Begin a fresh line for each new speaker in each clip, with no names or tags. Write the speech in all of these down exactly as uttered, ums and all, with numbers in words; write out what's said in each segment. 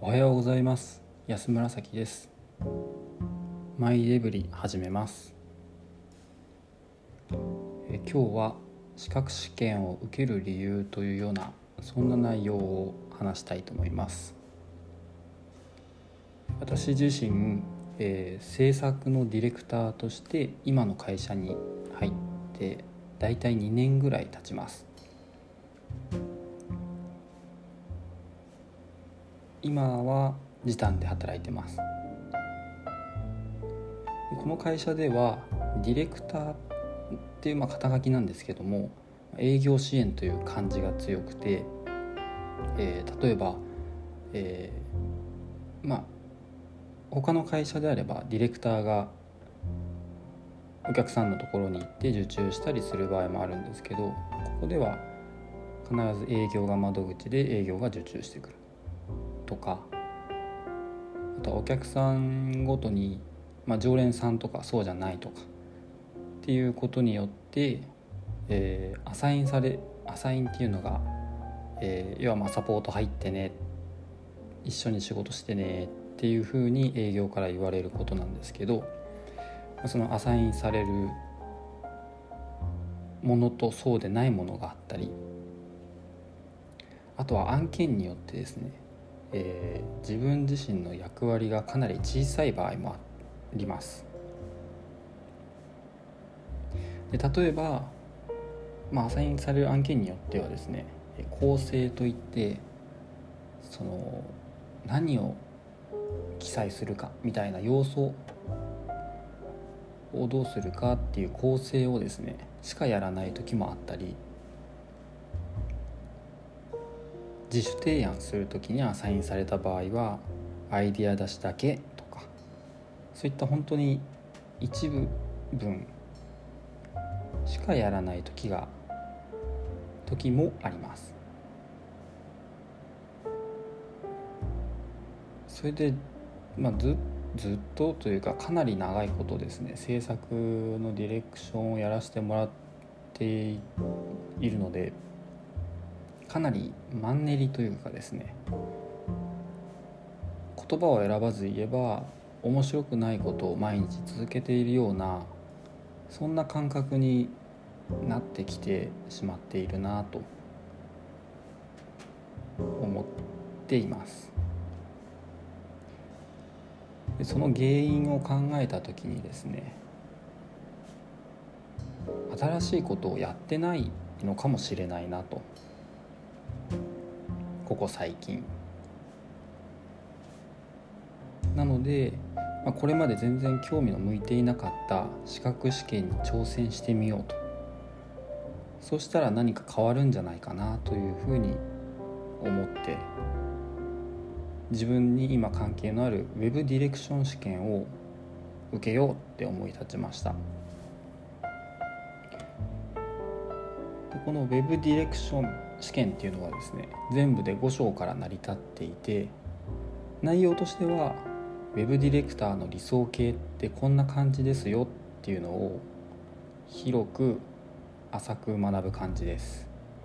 はようございます。安村咲です。マイデブリ始めます。え今日は資格試験を受ける理由というようなそんな内容を話したいと思います。私自身、えー、制作のディレクターとして今の会社に入ってだいたいにねんぐらい経ちます。今は時短で働いてます。この会社ではディレクターっていうまあ肩書きなんですけども、営業支援という感じが強くて、えー、例えば、えー、まあ他の会社であればディレクターがお客さんのところに行って受注したりする場合もあるんですけど、ここでは必ず営業が窓口で営業が受注してくるとか、あとはお客さんごとに、まあ、常連さんとかそうじゃないとかっていうことによって、えー、アサインされアサインっていうのが、えー、要はまあサポート入ってね、一緒に仕事してねっていうふうに営業から言われることなんですけど、そのアサインされるものとそうでないものがあったり、あとは案件によってですね、えー、自分自身の役割がかなり小さい場合もあります。で例えば、まあ、アサインされる案件によってはですね、構成といってその何を記載するかみたいな要素をどうするかっていう構成をですねしかやらない時もあったり、自主提案する時にアサインされた場合はアイディア出しだけとか、そういった本当に一部分しかやらない時が時もあります。それで、まあ、ず, ずっとというかかなり長いことですね、制作のディレクションをやらせてもらっているので、かなりマンネリというかですね、言葉を選ばず言えば面白くないことを毎日続けているような、そんな感覚になってきてしまっているなと思っています。でその原因を考えた時にですね、新しいことをやってないのかもしれないなと、ここ最近なので、まあ、これまで全然興味の向いていなかった資格試験に挑戦してみようと、そうしたら何か変わるんじゃないかなというふうに思って、自分に今関係のあるウェブディレクション試験を受けようって思い立ちました。でこのウェブディレクション試験っていうのはですね、全部でご章から成り立っていて、内容としてはウェブディレクターの理想形ってこんな感じですよっていうのを広く浅く学ぶ感じです。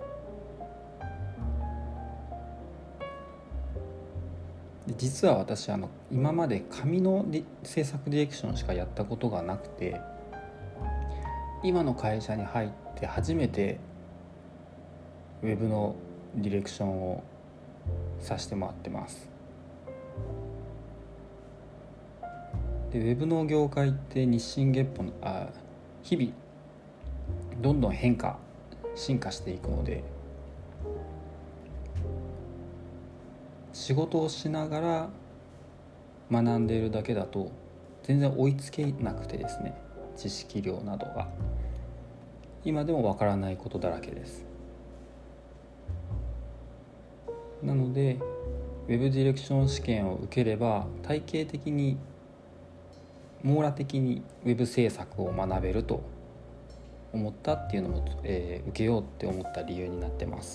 で実は私あの今まで紙の制作ディレクションしかやったことがなくて、今の会社に入って初めてウェブのディレクションをさせてもらってます。でウェブの業界って日進月歩のあ日々どんどん変化進化していくので、仕事をしながら学んでいるだけだと全然追いつけなくてですね、知識量などが今でもわからないことだらけです。なのでウェブディレクション試験を受ければ体系的に網羅的にウェブ制作を学べると思ったっていうのも、えー、受けようって思った理由になってます。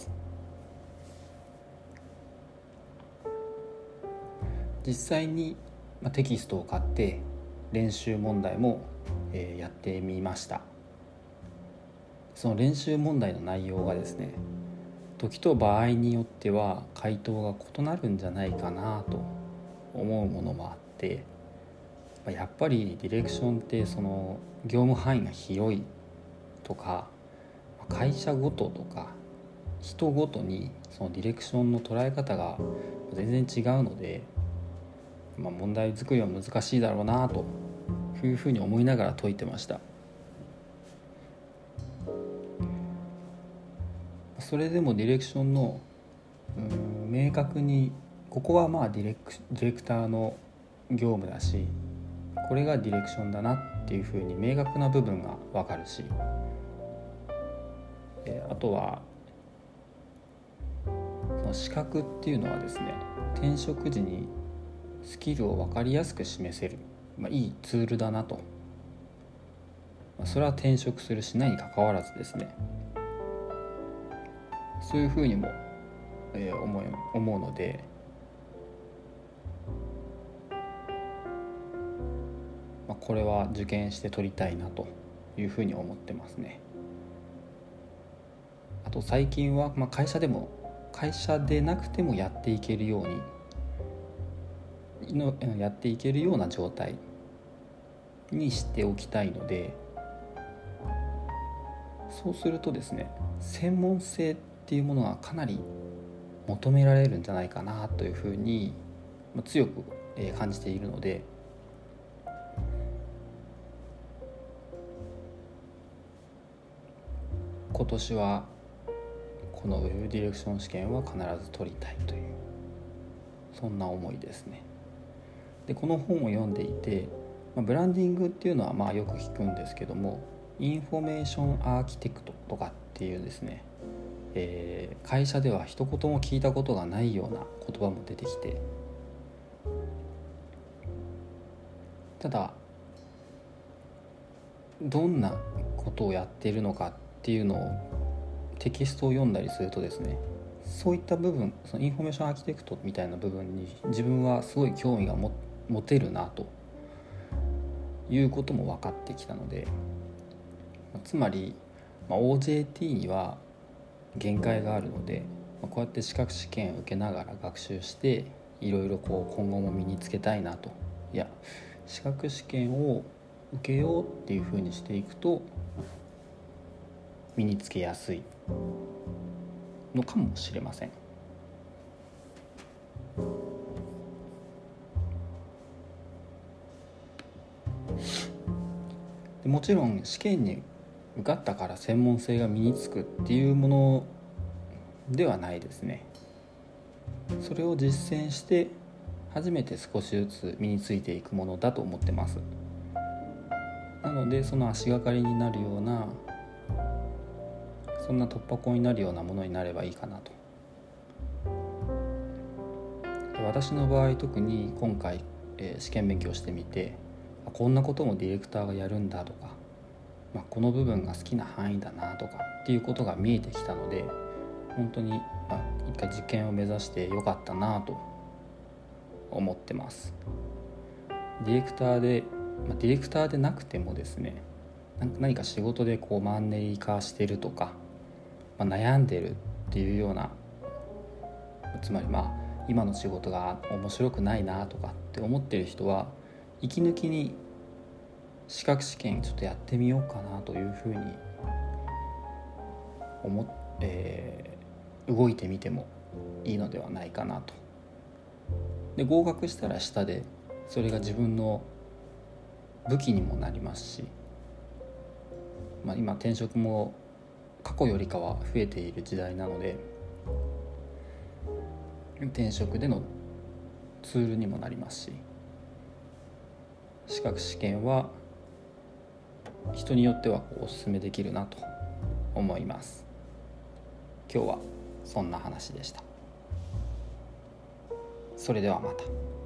実際に、まあ、テキストを買って練習問題も、えー、やってみました。その練習問題の内容がですね、時と場合によっては回答が異なるんじゃないかなと思うものもあって、やっぱりディレクションってその業務範囲が広いとか、会社ごととか人ごとにそのディレクションの捉え方が全然違うので、まあ、問題作りは難しいだろうなというふうに思いながら解いてました。それでもディレクションのうん明確にここはまあディレク、ディレクターの業務だし、これがディレクションだなっていうふうに明確な部分が分かるし、あとはその資格っていうのはですね、転職時にスキルを分かりやすく示せる、まあ、いいツールだなと、まあ、それは転職するしないにかかわらずですね、そういうふうにも、えー、思い、思うので、まあ、これは受験して取りたいなというふうに思ってますね。あと最近は、まあ、会社でも会社でなくてもやっていけるようにのやっていけるような状態にしておきたいので、そうするとですね、専門性っていうものがかなり求められるんじゃないかなというふうに強く感じているので、今年はこのウェブディレクション試験は必ず取りたいという、そんな思いですね。でこの本を読んでいて、まあ、ブランディングっていうのはまあよく聞くんですけども、インフォメーションアーキテクトとかっていうですね、えー、会社では一言も聞いたことがないような言葉も出てきて、ただどんなことをやっているのかっていうのをテキストを読んだりするとですね、そういった部分、そのインフォメーションアーキテクトみたいな部分に自分はすごい興味がも持てるなということも分かってきたので、つまり、まあ、オージェーティー には限界があるので、まあ、こうやって資格試験を受けながら学習していろいろこう今後も身につけたいなと、いや資格試験を受けようっていうふうにしていくと身につけやすいのかもしれません。でもちろん試験に受かったから専門性が身につくっていうものではないですね。それを実践して初めて少しずつ身についていくものだと思ってます。なのでその足がかりになるような、そんな突破口になるようなものになればいいかなと。私の場合特に今回、えー、試験勉強してみて、こんなこともディレクターがやるんだとか、まあ、この部分が好きな範囲だなとかっていうことが見えてきたので、本当に、まあ、一回受験を目指してよかったなと思ってます。ディレクターで、まあ、ディレクターでなくてもですね、何か仕事でこうマンネリ化してるとか、まあ、悩んでるっていうような、つまりまあ今の仕事が面白くないなとかって思ってる人は、息抜きに資格試験ちょっとやってみようかなというふうに思って、えー、動いてみてもいいのではないかなと。で合格したら下でそれが自分の武器にもなりますし、まあ、今転職も過去よりかは増えている時代なので、転職でのツールにもなりますし、資格試験は人によってはお勧めできるなと思います。今日はそんな話でした。それではまた。